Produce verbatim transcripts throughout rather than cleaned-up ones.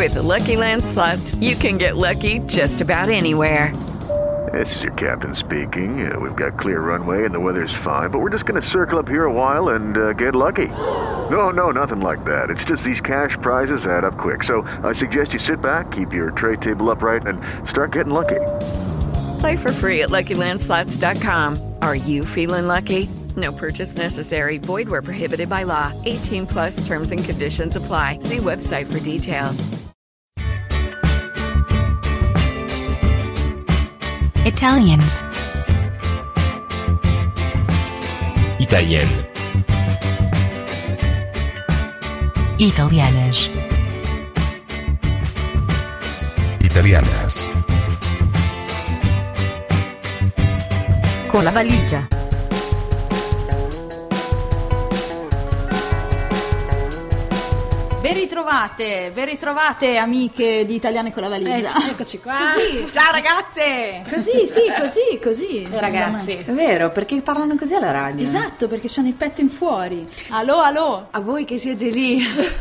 With the Lucky Land Slots, you can get lucky just about anywhere. This is your captain speaking. Uh, we've got clear runway and the weather's fine, but we're just going to circle up here a while and uh, get lucky. No, no, nothing like that. It's just these cash prizes add up quick. So I suggest you sit back, keep your tray table upright, and start getting lucky. Play for free at Lucky Land Slots dot com. Are you feeling lucky? No purchase necessary. Void where prohibited by law. eighteen plus terms and conditions apply. See website for details. Italians. Italienne. Italianas. Italianas. Con la valigia. Ben ritrovate, ben ritrovate amiche di Italiane con la valigia. Eh, eccoci qua. Così. Ciao ragazze. Così, sì, così, così. Eh, ragazzi. È vero, perché parlano così alla radio. Esatto, perché c'hanno il petto in fuori. Allo, allo. A voi che siete lì.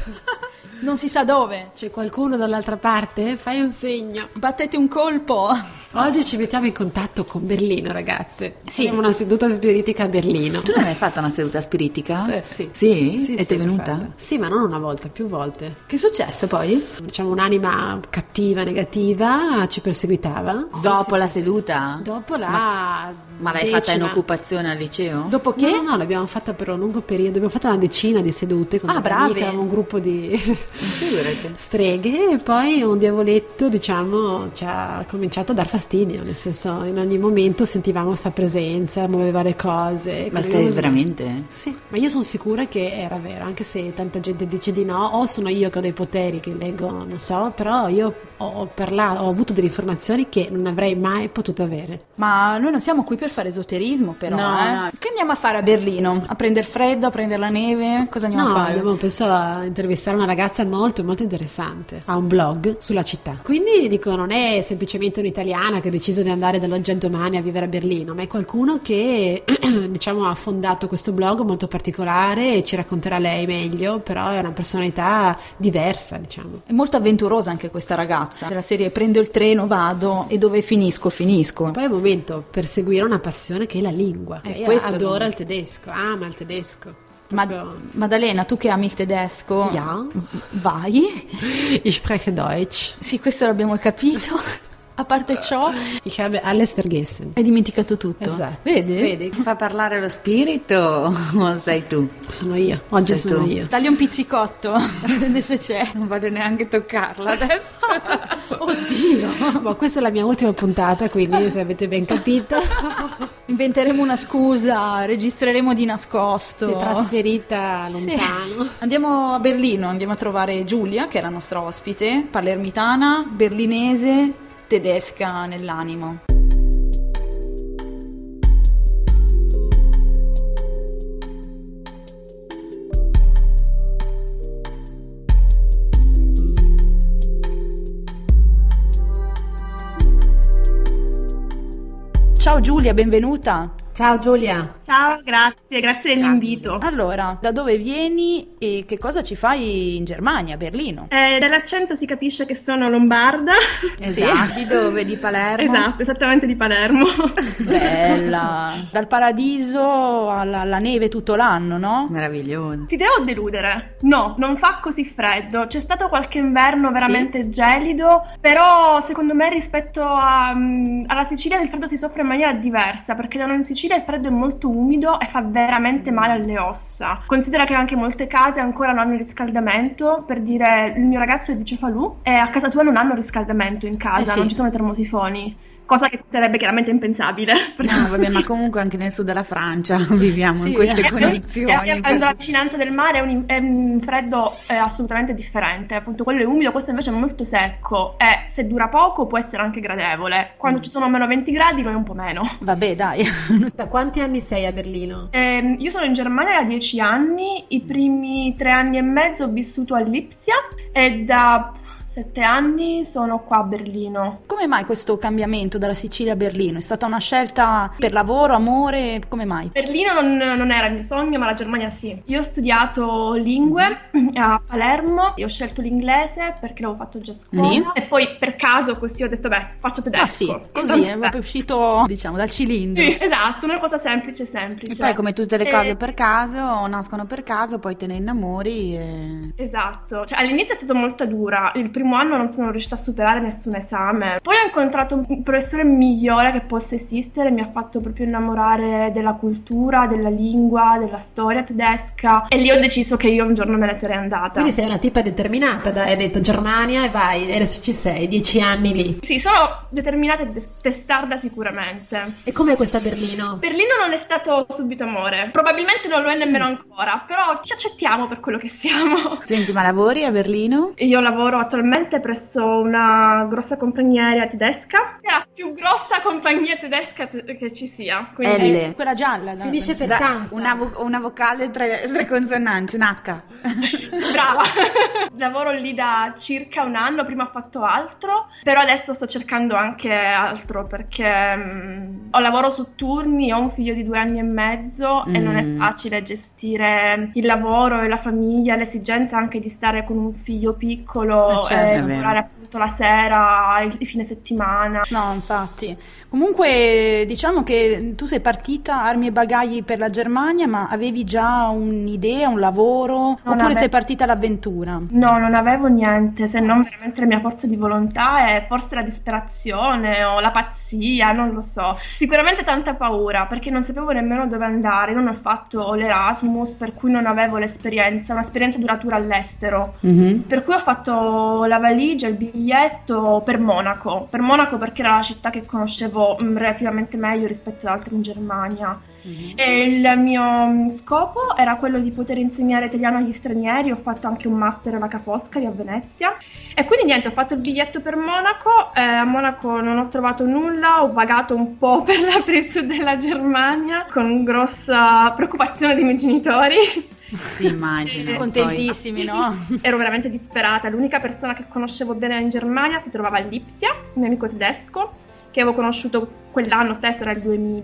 Non si sa dove. C'è qualcuno dall'altra parte? Fai un segno. Battete un colpo. Oggi ci mettiamo in contatto con Berlino, ragazze. Sì. Abbiamo una seduta spiritica a Berlino. Tu non hai fatto una seduta spiritica? Eh, sì. Sì? Sì, e sì, ti è venuta? fatta. Sì, ma non una volta, più volte. Che è successo poi? Diciamo un'anima cattiva, negativa, ci perseguitava. Dopo Sì, la sì, seduta? Sì. Dopo la Ma, ma l'hai decima. fatta in occupazione al liceo? Dopo che? No, no, l'abbiamo fatta per un lungo periodo. Abbiamo fatto una decina di sedute con Ah, le bravi. amiche, avevamo un gruppo di Figurati. streghe e poi un diavoletto, diciamo, ci ha cominciato a dar fastidio, nel senso in ogni momento sentivamo questa presenza, muoveva le cose. Ma quindi stai io- veramente? Sì, ma io sono sicura che era vero, anche se tanta gente dice di no, o sono io che ho dei poteri che leggo, non so, però io ho parlato, ho avuto delle informazioni che non avrei mai potuto avere. Ma noi non siamo qui per fare esoterismo, però. No, eh? no. Che andiamo a fare a Berlino? A prendere freddo, a prendere la neve? Cosa andiamo No, a fare? andiamo penso a intervistare una ragazza molto molto interessante, ha un blog sulla città, quindi dico non è semplicemente un'italiana che ha deciso di andare dall'oggi al domani a vivere a Berlino, ma è qualcuno che diciamo ha fondato questo blog molto particolare e ci racconterà lei meglio, però è una personalità diversa, diciamo. È molto avventurosa anche questa ragazza. Della serie prendo il treno, vado e dove finisco, finisco. Poi è un momento per seguire una passione che è la lingua. Eh, Lei questo è il adora momento. il tedesco, ama il tedesco. Ma, Proprio- Maddalena, tu che ami il tedesco, Ja. vai? Ich spreche Deutsch. Sì, questo l'abbiamo capito. A parte ciò, Ich habe alles vergessen. hai dimenticato tutto. Esatto. Vedi? Vedi? Fa parlare lo spirito o sei tu? Sono io, oggi Sei sono tu. io. Dagli un pizzicotto, vedi se c'è. Non voglio neanche toccarla adesso. Oddio. Ma questa è la mia ultima puntata, quindi se avete ben capito, Inventeremo una scusa, registreremo di nascosto. si è trasferita Sì. lontano. Andiamo a Berlino, andiamo a trovare Giulia, che è la nostra ospite, palermitana, berlinese, tedesca nell'animo. Ciao Giulia, benvenuta. Ciao Giulia. Ciao, grazie, grazie dell'invito. Allora, da dove vieni e che cosa ci fai in Germania, a Berlino? Eh, dall'accento si capisce che sono lombarda. Esatto. Di dove? Di Palermo? Esatto, esattamente di Palermo. Bella, dal paradiso alla, alla neve tutto l'anno, no? Meraviglioso. Ti devo deludere? No, non fa così freddo. C'è stato qualche inverno veramente gelido, però secondo me rispetto a, mm, alla Sicilia il freddo si soffre in maniera diversa, perché da noi in Sicilia il freddo è molto umido e fa veramente male alle ossa. Considera che anche molte case ancora non hanno il riscaldamento, per dire il mio ragazzo è di Cefalù e a casa sua non hanno riscaldamento in casa, Eh sì. non ci sono i termosifoni. Cosa che sarebbe chiaramente impensabile. No, vabbè, ma comunque anche nel sud della Francia viviamo Sì, in queste eh, condizioni. E avendo la vicinanza del mare è un, è un freddo eh, assolutamente differente. Appunto, quello è umido, questo invece è molto secco e se dura poco può essere anche gradevole. Quando Mm. ci sono meno venti gradi lo è un po' meno. Vabbè, dai. Da quanti anni sei a Berlino? Ehm, io sono in Germania da dieci anni, i primi tre anni e mezzo ho vissuto a Lipsia e da sette anni sono qua a Berlino. Come mai questo cambiamento dalla Sicilia a Berlino? È stata una scelta per lavoro, amore? Come mai? Berlino non, non era il mio sogno, ma la Germania sì. Io ho studiato lingue a Palermo e ho scelto l'inglese perché l'avevo fatto già a scuola. Sì. E poi per caso così ho detto, beh, faccio tedesco. Ah sì, così è proprio uscito, diciamo, dal cilindro. Sì, esatto, una cosa semplice, semplice. E poi come tutte le cose e... per caso, nascono per caso, poi te ne innamori e... Esatto, cioè all'inizio è stata molto dura, il primo anno non sono riuscita a superare nessun esame, poi ho incontrato un professore migliore che possa esistere, mi ha fatto proprio innamorare della cultura, della lingua, della storia tedesca e lì ho deciso che io un giorno me ne sarei andata. Quindi sei una tipa determinata, dai, hai detto Germania e vai, e adesso ci sei, dieci anni lì. Sì, sono determinata e testarda sicuramente. E com'è questa Berlino? Berlino non è stato subito amore, probabilmente non lo è nemmeno ancora, però ci accettiamo per quello che siamo. Senti, ma lavori a Berlino? Io lavoro attualmente presso una grossa compagnia aerea tedesca, è la più grossa compagnia tedesca te- che ci sia. Quindi... L. Quella gialla. Dai. Finisce per Da- Tanza. una, vo- una vocale, tre, tre consonanti, un H. Brava. Lavoro lì da circa un anno, prima ho fatto altro, però adesso sto cercando anche altro perché mh, ho lavoro su turni, ho un figlio di due anni e mezzo mm. e non è facile gestire il lavoro e la famiglia, l'esigenza anche di stare con un figlio piccolo eh certo, e lavorare appunto la sera, il, il fine settimana. No, infatti. Comunque diciamo che tu sei partita armi e bagagli per la Germania, ma avevi già un'idea, un lavoro, non oppure ave... sei partita all'avventura? No, non avevo niente, se non veramente la mia forza di volontà e forse la disperazione o la pazzia, non lo so. Sicuramente tanta paura, perché non sapevo nemmeno dove andare, non ho fatto l'Erasmus, per cui non avevo l'esperienza, un'esperienza duratura all'estero. Mm-hmm. Per cui ho fatto la valigia, il biglietto per Monaco, per Monaco perché era la città che conoscevo mh, relativamente meglio rispetto ad altre in Germania. Mm-hmm. E il mio scopo era quello di poter insegnare italiano agli stranieri, ho fatto anche un master alla Ca' Foscari a Venezia e quindi niente, ho fatto il biglietto per Monaco, eh, a Monaco non ho trovato nulla, ho vagato un po' per la per il sud della Germania con grossa preoccupazione dei miei genitori. Sì, immagino. Contentissimi, no? Ero veramente disperata, l'unica persona che conoscevo bene in Germania si trovava a Lipsia, un mio amico tedesco che avevo conosciuto quell'anno stesso, era il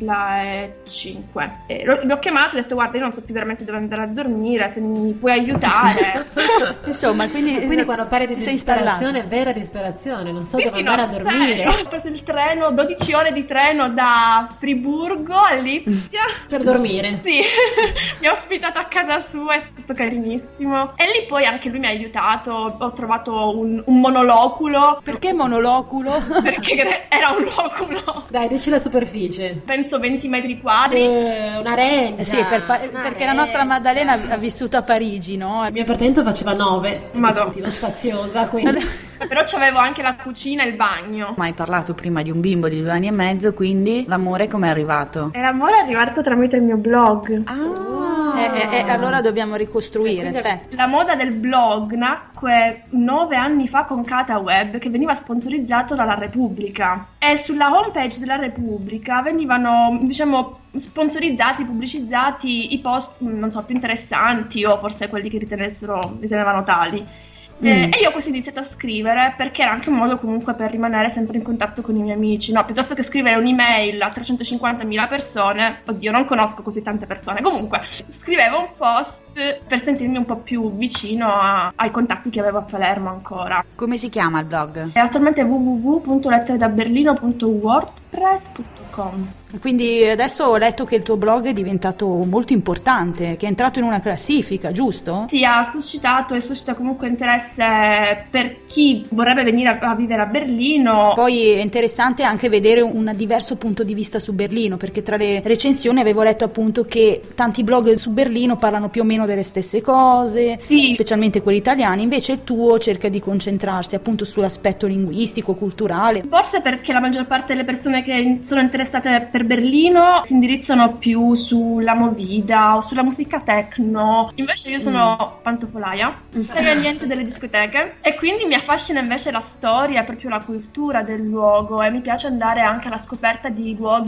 duemilacinque. E l'ho, l'ho chiamato e ho detto guarda, io non so più veramente dove andare a dormire, se mi puoi aiutare. Insomma, quindi, quindi quando parli di disperazione, installato. è vera disperazione, non so sì, dove sì, andare no, a dormire. Ho preso il treno, dodici ore di treno da Friburgo a Lipsia. Per dormire? Sì, mi ha ospitato a casa sua, è stato carinissimo. E lì poi anche lui mi ha aiutato, ho trovato un, un monoloculo. Perché monoloculo? Perché era un loculo. Dai, dici la superficie. Penso venti metri quadri. Eh, una reggia. Eh sì, per pa- perché reggia. La nostra Maddalena ha vissuto a Parigi, no? Il mio appartamento faceva nove, mi sentivo spaziosa, quindi... Però c'avevo anche la cucina e il bagno. Ma hai parlato prima di un bimbo di due anni e mezzo, quindi l'amore com'è arrivato? E l'amore è arrivato tramite il mio blog. Ah, E eh, eh, allora dobbiamo ricostruire, aspetta. La moda del blog nacque nove anni fa con Cata Web, che veniva sponsorizzato dalla Repubblica. E sulla homepage della Repubblica venivano, diciamo, sponsorizzati, pubblicizzati i post, non so, più interessanti o forse quelli che ritenessero, ritenevano tali. Mm. Eh, e io così ho iniziato a scrivere perché era anche un modo comunque per rimanere sempre in contatto con i miei amici, no? Piuttosto che scrivere un'email a trecentocinquantamila persone, oddio, non conosco così tante persone, comunque scrivevo un post per sentirmi un po' più vicino a, ai contatti che avevo a Palermo ancora. come si chiama il blog? E attualmente è w w w punto lettere da berlino punto wordpress punto com. Quindi adesso ho letto che il tuo blog è diventato molto importante, che è entrato in una classifica, giusto? Sì, ha suscitato e suscita comunque interesse per chi vorrebbe venire a, a vivere a Berlino. Poi è interessante anche vedere un diverso punto di vista su Berlino, perché tra le recensioni avevo letto appunto che tanti blog su Berlino parlano più o meno delle stesse cose, sì, specialmente quelli italiani, invece il tuo cerca di concentrarsi appunto sull'aspetto linguistico, culturale. Forse perché la maggior parte delle persone che sono interessate per Berlino si indirizzano più sulla movida o sulla musica techno, invece io sono mm. pantofolaia, frega niente delle discoteche e quindi mi affascina invece la storia, proprio la cultura del luogo e mi piace andare anche alla scoperta di luoghi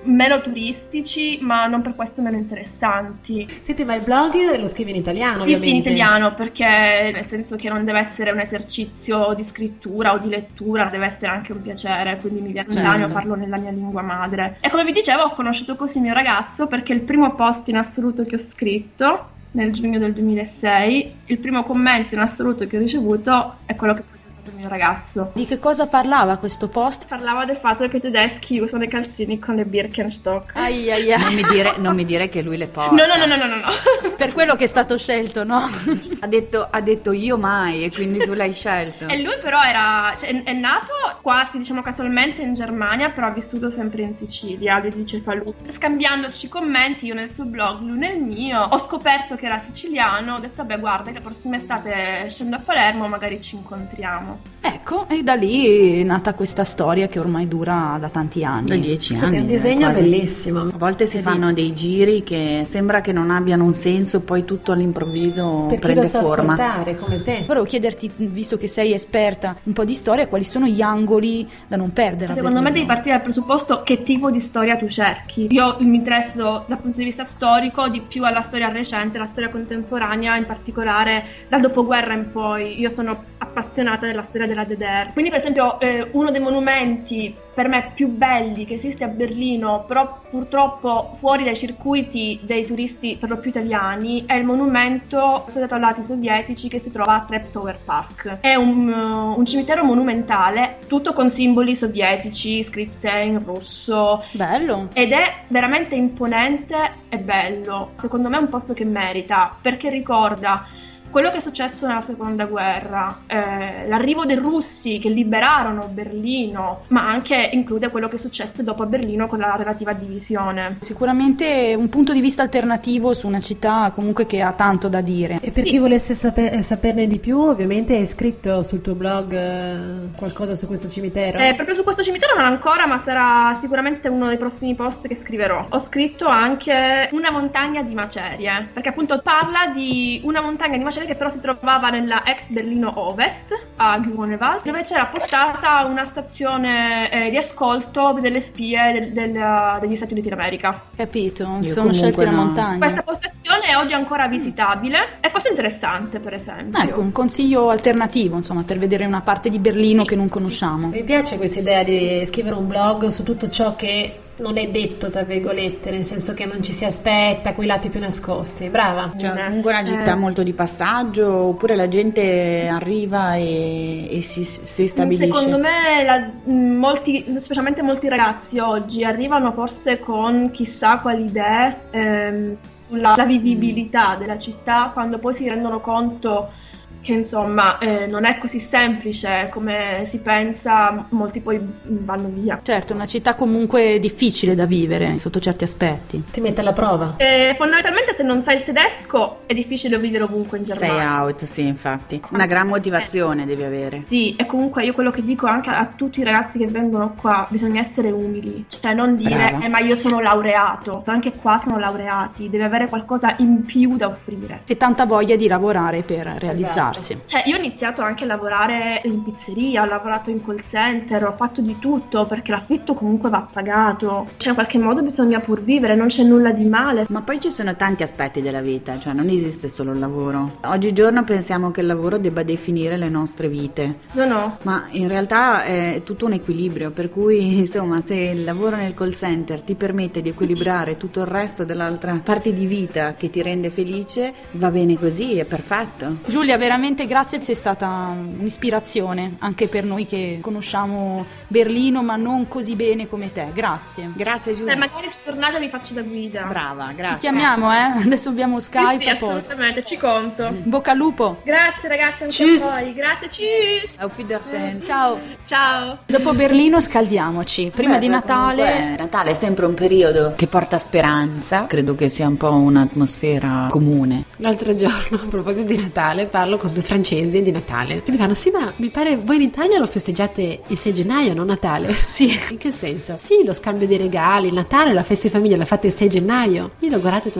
meno turistici, ma non per questo meno interessanti. Senti, ma il blog lo scrivi in italiano, Sì, ovviamente? sì, in italiano, perché nel senso che non deve essere un esercizio di scrittura o di lettura, deve essere anche un piacere, quindi mi piace Certo. parlo nella mia lingua madre. E come vi dicevo, ho conosciuto così il mio ragazzo perché il primo post in assoluto che ho scritto nel giugno del duemilasei, il primo commento in assoluto che ho ricevuto è quello che poi è stato il mio ragazzo. Di che cosa parlava questo post? Parlava del fatto che i tedeschi usano i calzini con le Birkenstock. Ai ai ai. Non mi dire, non mi dire che lui le porta. No, no, no, no, no, no. Per quello che è stato scelto, no? Ha detto, ha detto io mai, e quindi tu l'hai scelto. E lui però era, cioè, è, è nato quasi, diciamo, casualmente in Germania, però ha vissuto sempre in Sicilia, lui dice fa lui. Scambiandoci commenti, io nel suo blog, lui nel mio, ho scoperto che era siciliano, ho detto vabbè guarda che la prossima estate scendo a Palermo, magari ci incontriamo. Ecco, e da lì è nata questa storia che ormai dura da tanti anni. Da dieci Senti, anni. è un eh, disegno quasi. bellissimo. A volte si fanno dei giri che sembra che non abbiano un senso, poi tutto all'improvviso Per chi prende lo sa forma. ascoltare, come te. Volevo chiederti, visto che sei esperta un po' di storia, quali sono gli angoli da non perdere? a Secondo me devi Berlino? partire dal presupposto che tipo di storia tu cerchi. Io mi interesso dal punto di vista storico di più alla storia recente, alla storia contemporanea, in particolare dal dopoguerra in poi. Io sono appassionata della storia della D D R. Quindi per esempio eh, uno dei monumenti per me più belli che esiste a Berlino, però purtroppo fuori dai circuiti dei turisti per lo più italiani, è il monumento associato ai lati sovietici che si trova a Treptower Park. È un, uh, un cimitero monumentale, tutto con simboli sovietici scritte in russo, Bello. ed è veramente imponente e bello. Secondo me è un posto che merita, perché ricorda quello che è successo nella seconda guerra, eh, l'arrivo dei russi che liberarono Berlino, ma anche include quello che successe dopo a Berlino con la relativa divisione. Sicuramente un punto di vista alternativo su una città comunque che ha tanto da dire. E per Sì. chi volesse saper- saperne di più, ovviamente hai scritto sul tuo blog eh, qualcosa su questo cimitero? Eh, proprio su questo cimitero non ancora, ma sarà sicuramente uno dei prossimi post che scriverò. Ho scritto anche una montagna di macerie, perché appunto parla di una montagna di macerie che però si trovava nella ex Berlino Ovest, a Grunewald, dove c'era postata una stazione eh, di ascolto delle spie del- del- degli Stati Uniti d'America. Capito? Io Sono comunque scelti la no. montagna. Questa postazione è oggi ancora visitabile, è questo interessante per esempio. Ecco, un consiglio alternativo, insomma, per vedere una parte di Berlino Sì, che non conosciamo. Mi piace questa idea di scrivere un blog su tutto ciò che non è detto, tra virgolette, nel senso che non ci si aspetta, quei lati più nascosti. Brava. Cioè, Eh, comunque una città eh. molto di passaggio, oppure la gente arriva e, e si, si stabilisce? Secondo me la- mh, molti, specialmente molti ragazzi oggi arrivano forse con chissà quali idee ehm, sulla la vivibilità della città, quando poi si rendono conto che insomma eh, non è così semplice come si pensa, molti poi vanno via. Certo, una città comunque difficile da vivere sotto certi aspetti. Ti mette alla prova. E fondamentalmente se non sai il tedesco è difficile vivere ovunque in Sei Germania. out, sì, infatti. Una gran motivazione devi avere. Sì, e comunque io quello che dico anche a tutti i ragazzi che vengono qua, bisogna essere umili, cioè non dire Brava. eh, ma io sono laureato, anche qua sono laureati, deve avere qualcosa in più da offrire. E tanta voglia di lavorare per realizzarsi. Cioè io ho iniziato anche a lavorare in pizzeria, ho lavorato in call center, ho fatto di tutto perché l'affitto comunque va pagato, cioè in qualche modo bisogna pur vivere, non c'è nulla di male. Ma poi ci sono tanti aspetti della vita, cioè non esiste solo il lavoro. Oggigiorno pensiamo che il lavoro debba definire le nostre vite, No, no. ma in realtà è tutto un equilibrio, per cui insomma se il lavoro nel call center ti permette di equilibrare tutto il resto dell'altra parte di vita che ti rende felice, va bene così, è perfetto. Giulia, veramente grazie, sei stata un'ispirazione anche per noi che conosciamo Berlino ma non così bene come te. Grazie. Grazie Eh, Giulia. magari ci tornate e vi faccio da guida. Brava, grazie. Ti chiamiamo, eh? Adesso abbiamo Sì, Skype sì, a posto. assolutamente, ci conto. In bocca al lupo. Grazie ragazzi, anche Tschüss. a voi. Grazie, tschüss. Auf Wiedersehen. Ciao. Ciao. Dopo Berlino scaldiamoci. Prima Beh, di poi Natale. comunque Natale è sempre un periodo che porta speranza, credo che sia un po' un'atmosfera comune. L'altro giorno, a proposito di Natale, parlo con due francesi di Natale. E mi fanno, sì, ma mi pare voi in Italia lo festeggiate il sei gennaio, non Natale? Sì. In che senso? Sì, lo scambio dei regali, il Natale, la festa di famiglia la fate il sei gennaio. Io l'ho guardato e ho detto, ma cos'è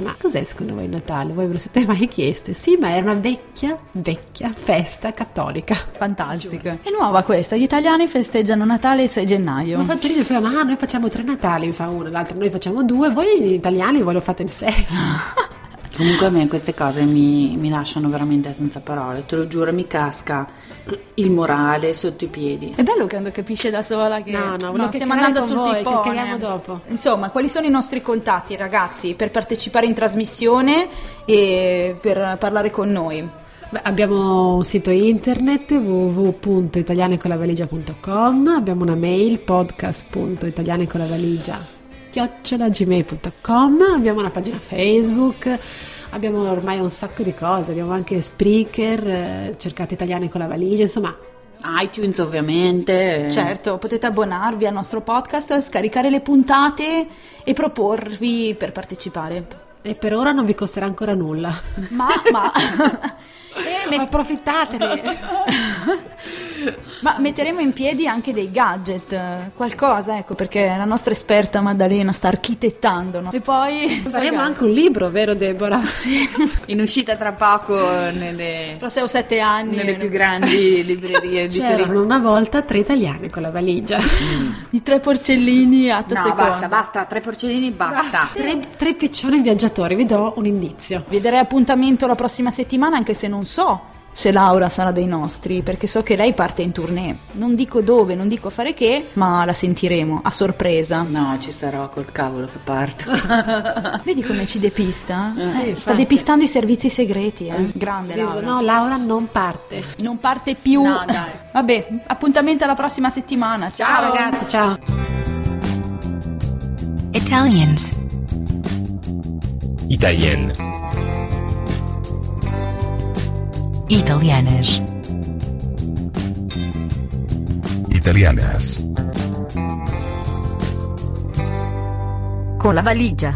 festeggiano voi il Natale? Voi ve lo siete mai chieste? Sì, ma era una vecchia, vecchia festa cattolica. Fantastica. È nuova questa, gli italiani festeggiano Natale il sei gennaio. Ma infatti io fanno, ah, noi facciamo tre Natali, mi fa uno, l'altro noi facciamo due, voi gli italiani voi lo fate il sei. Comunque a me queste cose mi, mi lasciano veramente senza parole, te lo giuro, mi casca il morale sotto i piedi. È bello quando capisce da sola che no, no, no, stiamo andando sul voi, pippone. Chiacchieriamo dopo. Insomma, quali sono i nostri contatti, ragazzi, per partecipare in trasmissione e per parlare con noi? Beh, abbiamo un sito internet w w w punto italianecolavaligia punto com, abbiamo una mail podcast punto italianecolavaligia chiocciola gmail punto com, abbiamo una pagina Facebook, abbiamo ormai un sacco di cose, abbiamo anche Spreaker, eh, cercate Italiani con la valigia, insomma iTunes ovviamente. Certo, potete abbonarvi al nostro podcast, scaricare le puntate e proporvi per partecipare. E per ora non vi costerà ancora nulla. Ma, ma... e met- approfittatene. Ma metteremo in piedi anche dei gadget, qualcosa, ecco, perché la nostra esperta Maddalena sta architettando, no? E poi faremo anche un libro, vero Deborah? Sì. In uscita tra poco nelle tra sei o sette anni nelle più grandi librerie di C'erano Torino. una volta tre italiani con la valigia. I tre porcellini a No, seconda. basta, basta, tre porcellini, basta. Basta. Tre, tre piccioni viaggiatori, vi do un indizio. Vi darei appuntamento la prossima settimana, anche se non so se Laura sarà dei nostri, perché so che lei parte in tournée. Non dico dove, non dico fare che, ma la sentiremo a sorpresa. No, ci sarò col cavolo che parto. Vedi come ci depista? Eh, Eh, sì, sta infatti. depistando i servizi segreti, eh. Grande Viso, Laura. no, Laura non parte. Non parte più. No, dai. Vabbè, appuntamento alla prossima settimana. Ciao, Ciao ragazzi, ciao. Italians. Italien. Italianas. Italianas. Con la valigia.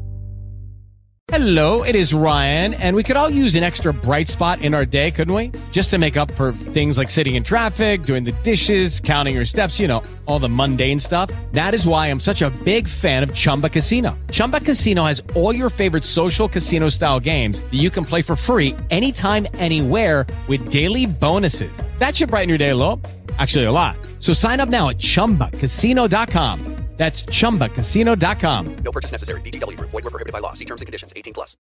Hello, it is Ryan, and we could all use an extra bright spot in our day, couldn't we? Just to make up for things like sitting in traffic, doing the dishes, counting your steps, you know, all the mundane stuff. That is why I'm such a big fan of Chumba Casino. Chumba Casino has all your favorite social casino style games that you can play for free anytime, anywhere with daily bonuses. That should brighten your day a little. Actually, a lot. So sign up now at chumba casino dot com. That's chumba casino dot com. No purchase necessary. V G W Group. Void where prohibited by law. See terms and conditions. eighteen plus.